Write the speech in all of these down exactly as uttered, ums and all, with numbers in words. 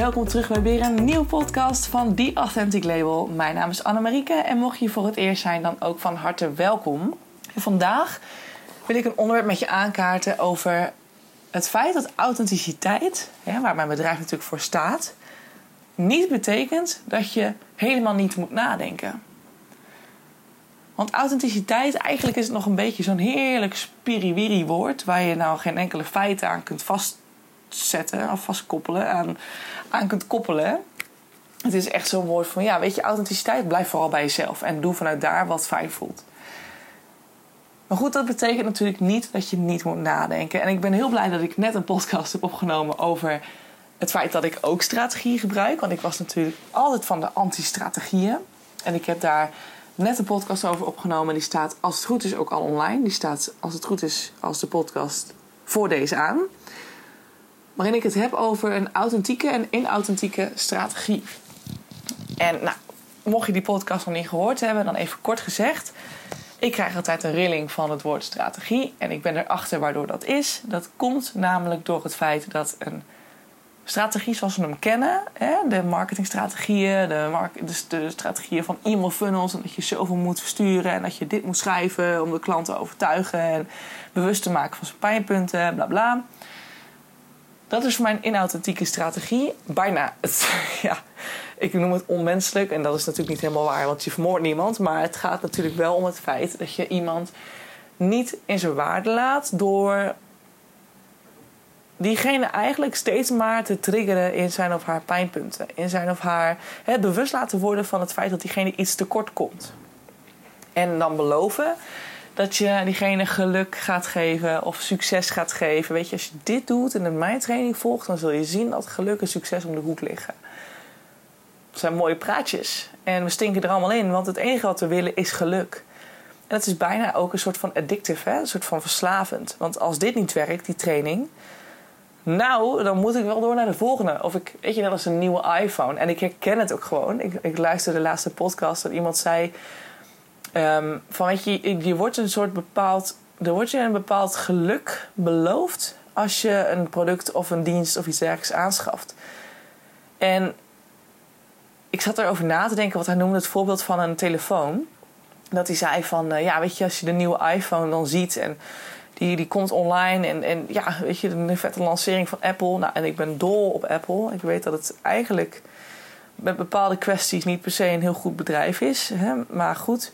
welkom terug bij weer een nieuwe podcast van The Authentic Label. Mijn naam is Annemarieke en mocht je voor het eerst zijn, dan ook van harte welkom. En vandaag wil ik een onderwerp met je aankaarten over het feit dat authenticiteit, ja, waar mijn bedrijf natuurlijk voor staat, niet betekent dat je helemaal niet moet nadenken. Want authenticiteit, eigenlijk is het nog een beetje zo'n heerlijk spiriwiri woord, waar je nou geen enkele feiten aan kunt vastzetten of vastkoppelen, aan, aan kunt koppelen. Het is echt zo'n woord van, ja, weet je, authenticiteit, blijf vooral bij jezelf en doe vanuit daar wat fijn voelt. Maar goed, dat betekent natuurlijk niet dat je niet moet nadenken. En ik ben heel blij dat ik net een podcast heb opgenomen over het feit dat ik ook strategie gebruik. Want ik was natuurlijk altijd van de anti-strategieën. En ik heb daar net een podcast over opgenomen. Die staat, als het goed is, ook al online. Die staat, als het goed is, als de podcast voor deze aan. Waarin ik het heb over een authentieke en inauthentieke strategie. En nou, mocht je die podcast nog niet gehoord hebben, dan even kort gezegd. Ik krijg altijd een rilling van het woord strategie. En ik ben erachter waardoor dat is. Dat komt namelijk door het feit dat een strategie zoals we hem kennen, hè, de marketingstrategieën, de, mark- dus de strategieën van e-mail funnels, en dat je zoveel moet versturen en dat je dit moet schrijven om de klant te overtuigen en bewust te maken van zijn pijnpunten, bla bla. Dat is voor mij een inauthentieke strategie. Bijna, het, ja, ik noem het onmenselijk. En dat is natuurlijk niet helemaal waar, want je vermoordt niemand. Maar het gaat natuurlijk wel om het feit dat je iemand niet in zijn waarde laat door diegene eigenlijk steeds maar te triggeren in zijn of haar pijnpunten. In zijn of haar hè, bewust laten worden van het feit dat diegene iets tekort komt. En dan beloven dat je diegene geluk gaat geven of succes gaat geven. Weet je, als je dit doet en in mijn training volgt, dan zul je zien dat geluk en succes om de hoek liggen. Dat zijn mooie praatjes. En we stinken er allemaal in, want het enige wat we willen is geluk. En dat is bijna ook een soort van addictive, hè? Een soort van verslavend. Want als dit niet werkt, die training, nou, dan moet ik wel door naar de volgende. Of ik, weet je, dat is een nieuwe iPhone. En ik herken het ook gewoon. Ik, ik luisterde de laatste podcast dat iemand zei, Um, van weet je, je wordt een soort bepaald, er wordt je een bepaald geluk beloofd als je een product of een dienst of iets dergelijks aanschaft. En ik zat erover na te denken, want hij noemde het voorbeeld van een telefoon. Dat hij zei van, uh, ja, weet je, als je de nieuwe iPhone dan ziet en die, die komt online en, en ja, weet je, de vette lancering van Apple. Nou, en ik ben dol op Apple. Ik weet dat het eigenlijk met bepaalde kwesties niet per se een heel goed bedrijf is, hè? Maar goed,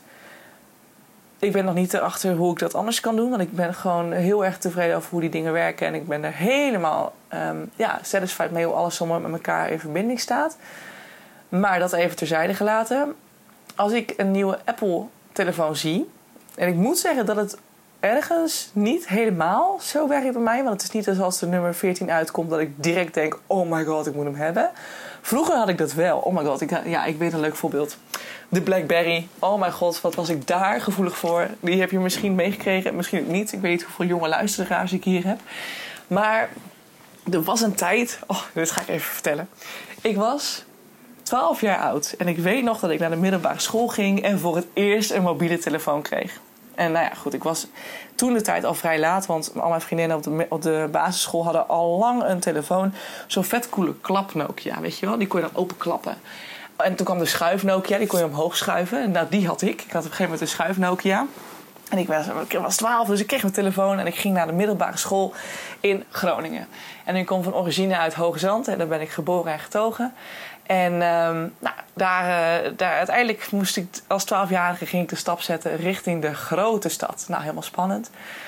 ik ben nog niet erachter hoe ik dat anders kan doen. Want ik ben gewoon heel erg tevreden over hoe die dingen werken. En ik ben er helemaal um, ja, satisfied mee hoe alles zo met elkaar in verbinding staat. Maar dat even terzijde gelaten. Als ik een nieuwe Apple-telefoon zie, en ik moet zeggen dat het ergens niet helemaal zo werkt bij mij. Want het is niet als de nummer veertien uitkomt dat ik direct denk, oh my god, ik moet hem hebben. Vroeger had ik dat wel. Oh my god, ik, ja, ik weet een leuk voorbeeld. De BlackBerry. Oh mijn god, wat was ik daar gevoelig voor. Die heb je misschien meegekregen, misschien ook niet. Ik weet niet hoeveel jonge luisteraars ik hier heb. Maar er was een tijd, oh, dit ga ik even vertellen. Ik was twaalf jaar oud. En ik weet nog dat ik naar de middelbare school ging en voor het eerst een mobiele telefoon kreeg. En nou ja, goed, ik was toen de tijd al vrij laat, want al mijn vriendinnen op de, op de basisschool hadden al lang een telefoon. Zo'n vet coole klap Nokia, weet je wel. Die kon je dan openklappen. En toen kwam de schuif Nokia, die kon je omhoog schuiven. En nou, die had ik. Ik had op een gegeven moment een schuif Nokia. En ik was, ik was twaalf, dus ik kreeg mijn telefoon en ik ging naar de middelbare school in Groningen. En ik kom van origine uit Hoogezand en daar ben ik geboren en getogen. En um, nou, daar, uh, daar uiteindelijk moest ik als twaalfjarige ging ik de stap zetten richting de grote stad. Nou, helemaal spannend.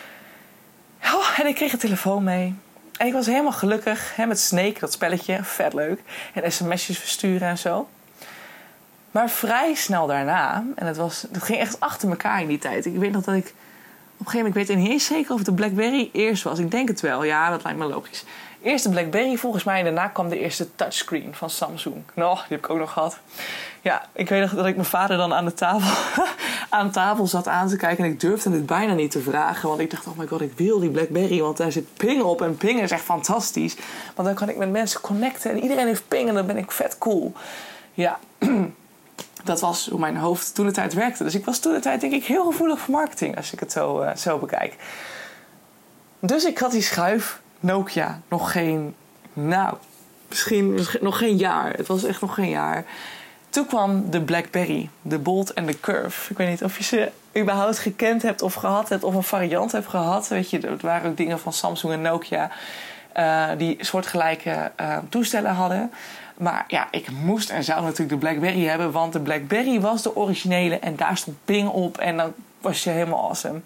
Oh, en ik kreeg een telefoon mee. En ik was helemaal gelukkig hè, met Snake, dat spelletje, vet leuk. En sms'jes versturen en zo. Maar vrij snel daarna, en het, was, het ging echt achter elkaar in die tijd. Ik weet nog dat ik op een gegeven moment, ik weet niet eens zeker of het de BlackBerry eerst was. Ik denk het wel, ja, dat lijkt me logisch. Eerst de BlackBerry volgens mij en daarna kwam de eerste touchscreen van Samsung. Nou, die heb ik ook nog gehad. Ja, ik weet nog dat ik mijn vader dan aan de tafel, aan tafel zat aan te kijken. En ik durfde het bijna niet te vragen. Want ik dacht, oh my god, ik wil die BlackBerry. Want daar zit ping op. En ping is echt fantastisch. Want dan kan ik met mensen connecten. En iedereen heeft ping en dan ben ik vet cool. Ja, dat was hoe mijn hoofd toen de tijd werkte. Dus ik was toen de tijd denk ik heel gevoelig voor marketing. Als ik het zo, uh, zo bekijk. Dus ik had die schuif Nokia nog geen, nou, misschien, misschien nog geen jaar. Het was echt nog geen jaar. Toen kwam de BlackBerry, de Bold en de Curve. Ik weet niet of je ze überhaupt gekend hebt of gehad hebt of een variant hebt gehad. Weet je, het waren ook dingen van Samsung en Nokia uh, die soortgelijke uh, toestellen hadden. Maar ja, ik moest en zou natuurlijk de BlackBerry hebben, want de BlackBerry was de originele en daar stond Ping op en dan was je helemaal awesome.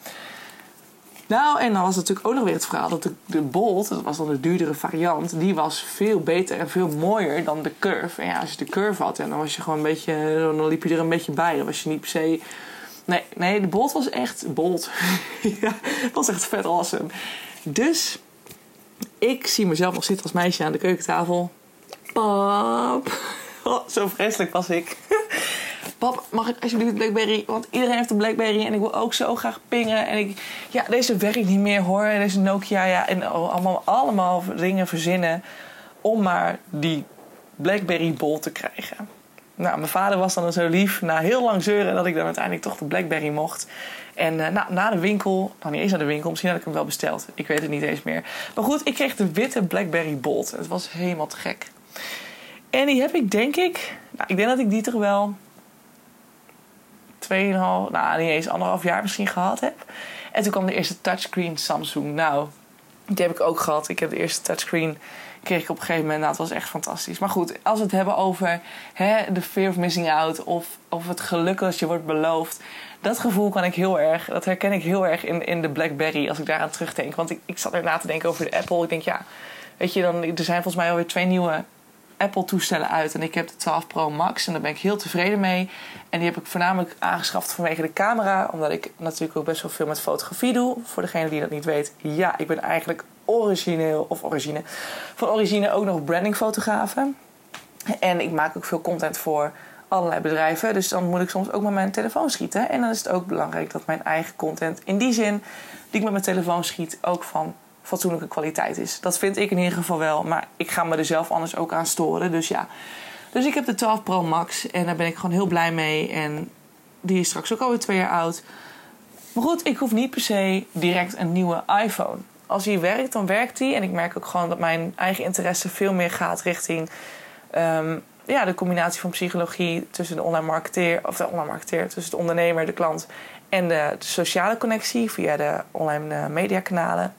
Nou, en dan was natuurlijk ook nog weer het verhaal dat de, de Bold, dat was dan de duurdere variant, die was veel beter en veel mooier dan de Curve. En ja, als je de Curve had, en dan was je gewoon een beetje, dan liep je er een beetje bij. Dan was je niet per se. Nee, nee, de Bold was echt Bold. Ja, het was echt vet awesome. Dus ik zie mezelf nog zitten als meisje aan de keukentafel. Pap. Oh, zo vreselijk was ik. Pap, mag ik alsjeblieft de BlackBerry? Want iedereen heeft een BlackBerry en ik wil ook zo graag pingen. En ik, ja, deze werkt niet meer hoor. En deze Nokia, ja. En allemaal, allemaal dingen verzinnen om maar die BlackBerry Bold te krijgen. Nou, mijn vader was dan zo lief, na heel lang zeuren, dat ik dan uiteindelijk toch de BlackBerry mocht. En uh, nou, na de winkel, nou niet eens naar de winkel, misschien had ik hem wel besteld. Ik weet het niet eens meer. Maar goed, ik kreeg de witte BlackBerry Bold. Het was helemaal te gek. En die heb ik denk ik, nou, ik denk dat ik die toch wel tweeënhalf, nou niet eens anderhalf jaar misschien gehad heb. En toen kwam de eerste touchscreen Samsung. Nou, die heb ik ook gehad. Ik heb de eerste touchscreen, kreeg ik op een gegeven moment. Nou, het was echt fantastisch. Maar goed, als we het hebben over hè, de fear of missing out of, of het geluk dat je wordt beloofd. Dat gevoel kan ik heel erg, dat herken ik heel erg in, in de BlackBerry als ik daaraan terugdenk. Want ik, ik zat er na te denken over de Apple. Ik denk ja, weet je, dan, er zijn volgens mij alweer twee nieuwe Apple-toestellen uit. En ik heb de twaalf Pro Max en daar ben ik heel tevreden mee. En die heb ik voornamelijk aangeschaft vanwege de camera. Omdat ik natuurlijk ook best wel veel met fotografie doe. Voor degene die dat niet weet. Ja, ik ben eigenlijk origineel, of origine, van origine ook nog brandingfotografe. En ik maak ook veel content voor allerlei bedrijven. Dus dan moet ik soms ook met mijn telefoon schieten. En dan is het ook belangrijk dat mijn eigen content in die zin die ik met mijn telefoon schiet ook van fatsoenlijke kwaliteit is. Dat vind ik in ieder geval wel. Maar ik ga me er zelf anders ook aan storen. Dus ja. Dus ik heb de twaalf Pro Max. En daar ben ik gewoon heel blij mee. En die is straks ook alweer twee jaar oud. Maar goed, ik hoef niet per se direct een nieuwe iPhone. Als die werkt, dan werkt die. En ik merk ook gewoon dat mijn eigen interesse veel meer gaat richting Um, ja, de combinatie van psychologie tussen de online marketeer, of de online marketeer, tussen de ondernemer, de klant en de, de sociale connectie via de online uh, mediakanalen.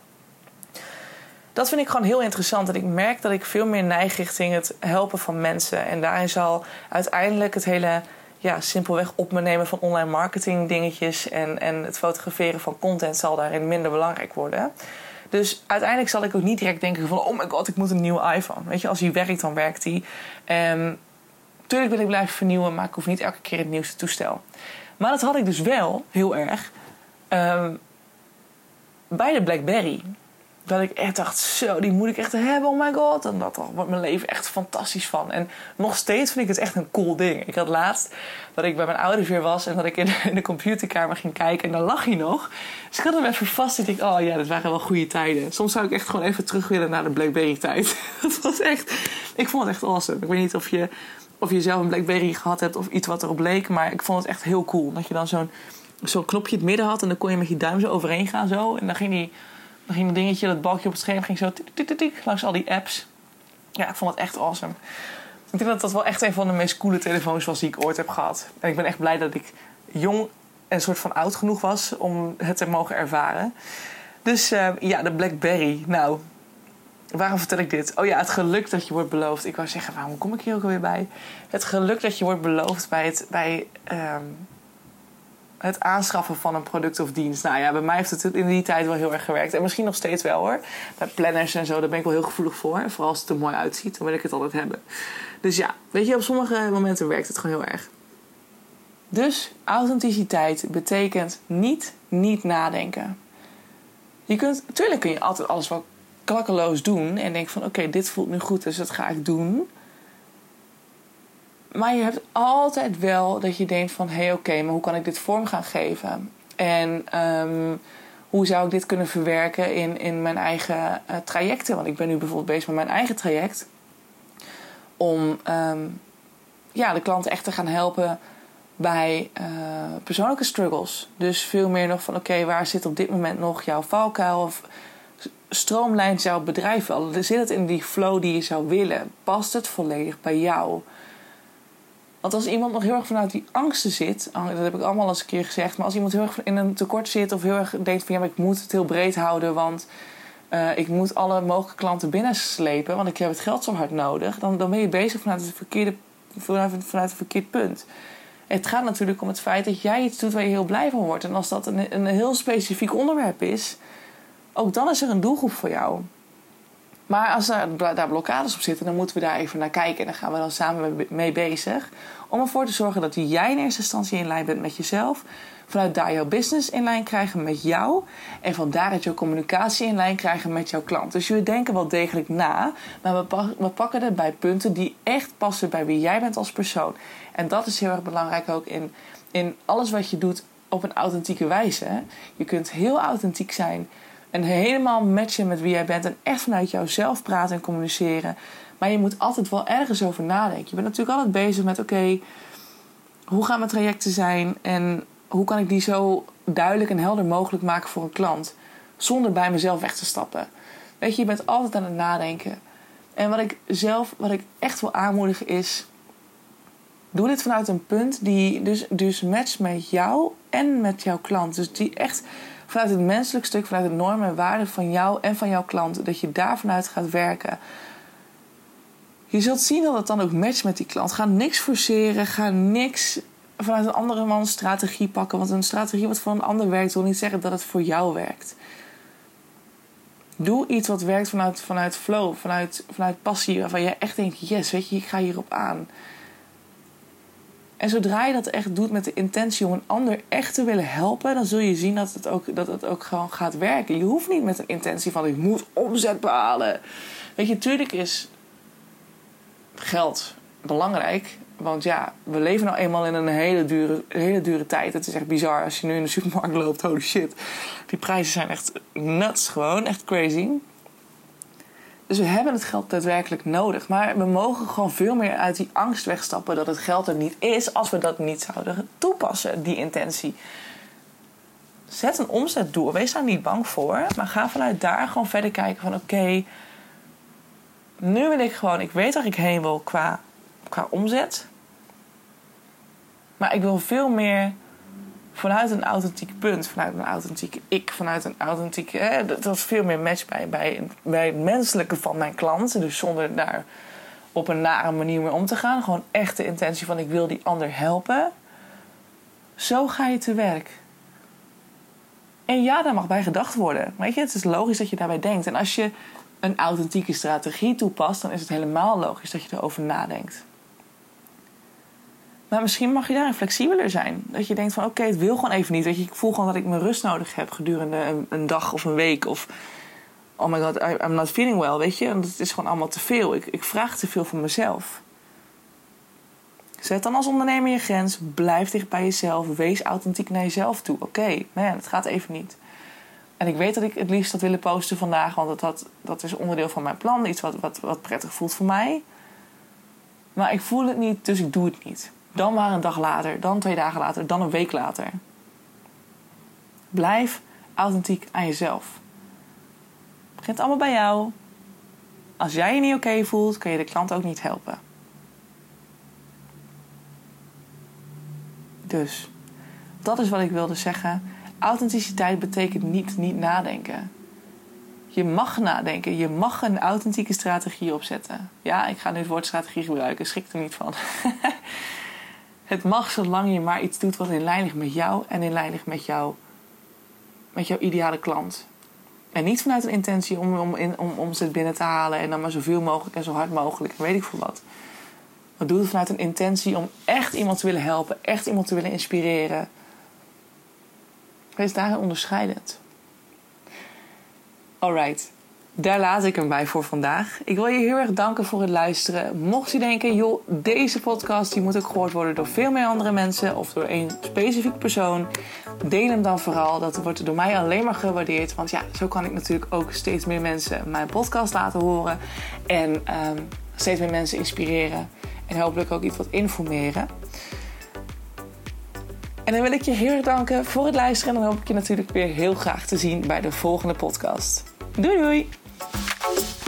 Dat vind ik gewoon heel interessant. En ik merk dat ik veel meer neig richting het helpen van mensen. En daarin zal uiteindelijk het hele, ja, simpelweg op me nemen van online marketing dingetjes en, en het fotograferen van content zal daarin minder belangrijk worden. Dus uiteindelijk zal ik ook niet direct denken van oh my god, ik moet een nieuwe iPhone. Weet je, als die werkt, dan werkt die. Um, tuurlijk wil ik blijven vernieuwen, maar ik hoef niet elke keer het nieuwste toestel. Maar dat had ik dus wel, heel erg, um, bij de BlackBerry. Dat ik echt dacht, zo, die moet ik echt hebben, oh my god. En dat wordt mijn leven echt fantastisch van. En nog steeds vind ik het echt een cool ding. Ik had laatst dat ik bij mijn ouders weer was en dat ik in de, in de computerkamer ging kijken en dan lag hij nog. Dus ik had hem even vast en ik dacht, oh ja, dat waren wel goede tijden. Soms zou ik echt gewoon even terug willen naar de BlackBerry tijd. Dat was echt, ik vond het echt awesome. Ik weet niet of je, of je zelf een BlackBerry gehad hebt of iets wat erop leek, maar ik vond het echt heel cool. Dat je dan zo'n, zo'n knopje in het midden had en dan kon je met je duim zo overheen gaan zo. En dan ging die Dan ging een dingetje, dat balkje op het scherm ging zo tik, tik, tik, tik, langs al die apps. Ja, ik vond het echt awesome. Ik denk dat dat wel echt een van de meest coole telefoons was die ik ooit heb gehad. En ik ben echt blij dat ik jong en soort van oud genoeg was om het te mogen ervaren. Dus uh, ja, de BlackBerry. Nou, waarom vertel ik dit? Oh ja, het geluk dat je wordt beloofd. Ik wou zeggen, waarom kom ik hier ook alweer bij? Het geluk dat je wordt beloofd bij het, bij, um, het aanschaffen van een product of dienst. Nou ja, bij mij heeft het in die tijd wel heel erg gewerkt. En misschien nog steeds wel hoor. Bij planners en zo, daar ben ik wel heel gevoelig voor. En vooral als het er mooi uitziet, dan wil ik het altijd hebben. Dus ja, weet je, op sommige momenten werkt het gewoon heel erg. Dus authenticiteit betekent niet, niet nadenken. Je kunt, natuurlijk kun je altijd alles wel klakkeloos doen. En denk van, oké, okay, dit voelt nu goed, dus dat ga ik doen. Maar je hebt altijd wel dat je denkt van, hé, hey, oké, okay, maar hoe kan ik dit vorm gaan geven? En um, hoe zou ik dit kunnen verwerken in, in mijn eigen uh, trajecten? Want ik ben nu bijvoorbeeld bezig met mijn eigen traject. Om um, ja, de klanten echt te gaan helpen bij uh, persoonlijke struggles. Dus veel meer nog van, oké, okay, waar zit op dit moment nog jouw valkuil? Of stroomlijnt jouw bedrijf wel? Zit het in die flow die je zou willen? Past het volledig bij jou? Want als iemand nog heel erg vanuit die angsten zit... dat heb ik allemaal eens een keer gezegd... maar als iemand heel erg in een tekort zit... of heel erg denkt van ja, maar ik moet het heel breed houden... want uh, ik moet alle mogelijke klanten binnenslepen... want ik heb het geld zo hard nodig... dan, dan ben je bezig vanuit het verkeerde, vanuit, vanuit het verkeerde punt. Het gaat natuurlijk om het feit dat jij iets doet waar je heel blij van wordt. En als dat een, een heel specifiek onderwerp is... ook dan is er een doelgroep voor jou. Maar als daar, daar blokkades op zitten... dan moeten we daar even naar kijken. En dan gaan we dan samen mee bezig... om ervoor te zorgen dat jij in eerste instantie in lijn bent met jezelf... vanuit daar jouw business in lijn krijgen met jou... en van daaruit jouw communicatie in lijn krijgen met jouw klant. Dus jullie denken wel degelijk na... maar we, pak, we pakken het bij punten die echt passen bij wie jij bent als persoon. En dat is heel erg belangrijk ook in, in alles wat je doet op een authentieke wijze. Hè? Je kunt heel authentiek zijn... en helemaal matchen met wie jij bent... en echt vanuit jouzelf praten en communiceren... Maar je moet altijd wel ergens over nadenken. Je bent natuurlijk altijd bezig met... oké, okay, hoe gaan mijn trajecten zijn... en hoe kan ik die zo duidelijk en helder mogelijk maken voor een klant... zonder bij mezelf weg te stappen. Weet je, je bent altijd aan het nadenken. En wat ik zelf, wat ik echt wil aanmoedigen is... doe dit vanuit een punt die dus, dus matcht met jou en met jouw klant. Dus die echt vanuit het menselijk stuk... vanuit de normen en waarden van jou en van jouw klant... dat je daar vanuit gaat werken... Je zult zien dat het dan ook matcht met die klant. Ga niks forceren. Ga niks vanuit een andere mans strategie pakken. Want een strategie wat voor een ander werkt... wil niet zeggen dat het voor jou werkt. Doe iets wat werkt vanuit, vanuit flow. Vanuit, vanuit passie. Waarvan je echt denkt... yes, weet je, ik ga hierop aan. En zodra je dat echt doet met de intentie... om een ander echt te willen helpen... dan zul je zien dat het ook, dat het ook gewoon gaat werken. Je hoeft niet met een intentie van... ik moet omzet behalen. Weet je, tuurlijk is... geld belangrijk. Want ja, we leven nou eenmaal in een hele dure, hele dure tijd. Het is echt bizar als je nu in de supermarkt loopt. Holy shit. Die prijzen zijn echt nuts gewoon. Echt crazy. Dus we hebben het geld daadwerkelijk nodig. Maar we mogen gewoon veel meer uit die angst wegstappen... dat het geld er niet is als we dat niet zouden toepassen. Die intentie. Zet een omzetdoel. Wees daar niet bang voor. Maar ga vanuit daar gewoon verder kijken van... oké, okay, nu wil ik gewoon... ik weet waar ik heen wil qua, qua omzet. Maar ik wil veel meer vanuit een authentiek punt. Vanuit een authentieke ik. Vanuit een authentieke... Hè, dat is veel meer match bij, bij, bij het menselijke van mijn klant. Dus zonder daar op een nare manier mee om te gaan. Gewoon echt de intentie van... ik wil die ander helpen. Zo ga je te werk. En ja, daar mag bij gedacht worden. Weet je, het is logisch dat je daarbij denkt. En als je een authentieke strategie toepast... dan is het helemaal logisch dat je erover nadenkt. Maar misschien mag je daarin flexibeler zijn. Dat je denkt van oké, okay, het wil gewoon even niet. Weet je, ik voel gewoon dat ik mijn rust nodig heb... gedurende een, een dag of een week. Of oh my god, I, I'm not feeling well. Weet je, want het is gewoon allemaal te veel. Ik, ik vraag te veel van mezelf. Zet dan als ondernemer je grens. Blijf dicht bij jezelf. Wees authentiek naar jezelf toe. Oké, okay, man, het gaat even niet. En ik weet dat ik het liefst had willen posten vandaag... want dat, had, dat is onderdeel van mijn plan. Iets wat, wat, wat prettig voelt voor mij. Maar ik voel het niet, dus ik doe het niet. Dan maar een dag later, dan twee dagen later, dan een week later. Blijf authentiek aan jezelf. Het begint allemaal bij jou. Als jij je niet oké okay voelt, kun je de klant ook niet helpen. Dus, dat is wat ik wilde zeggen. Authenticiteit betekent niet niet nadenken. Je mag nadenken. Je mag een authentieke strategie opzetten. Ja, ik ga nu het woord strategie gebruiken. Schrik er niet van. Het mag zolang je maar iets doet wat in lijn ligt met jou... en in lijn ligt met, jou, met jouw ideale klant. En niet vanuit een intentie om, om, in, om omzet binnen te halen... en dan maar zoveel mogelijk en zo hard mogelijk. En weet ik veel wat. Maar doe het vanuit een intentie om echt iemand te willen helpen. Echt iemand te willen inspireren. Wees daarin onderscheidend. Alright. Daar laat ik hem bij voor vandaag. Ik wil je heel erg danken voor het luisteren. Mocht je denken, joh, deze podcast die moet ook gehoord worden door veel meer andere mensen... of door één specifiek persoon, deel hem dan vooral. Dat wordt door mij alleen maar gewaardeerd. Want ja, zo kan ik natuurlijk ook steeds meer mensen mijn podcast laten horen. En um, steeds meer mensen inspireren. En hopelijk ook iets wat informeren. En dan wil ik je heel erg danken voor het luisteren. En dan hoop ik je natuurlijk weer heel graag te zien bij de volgende podcast. Doei doei!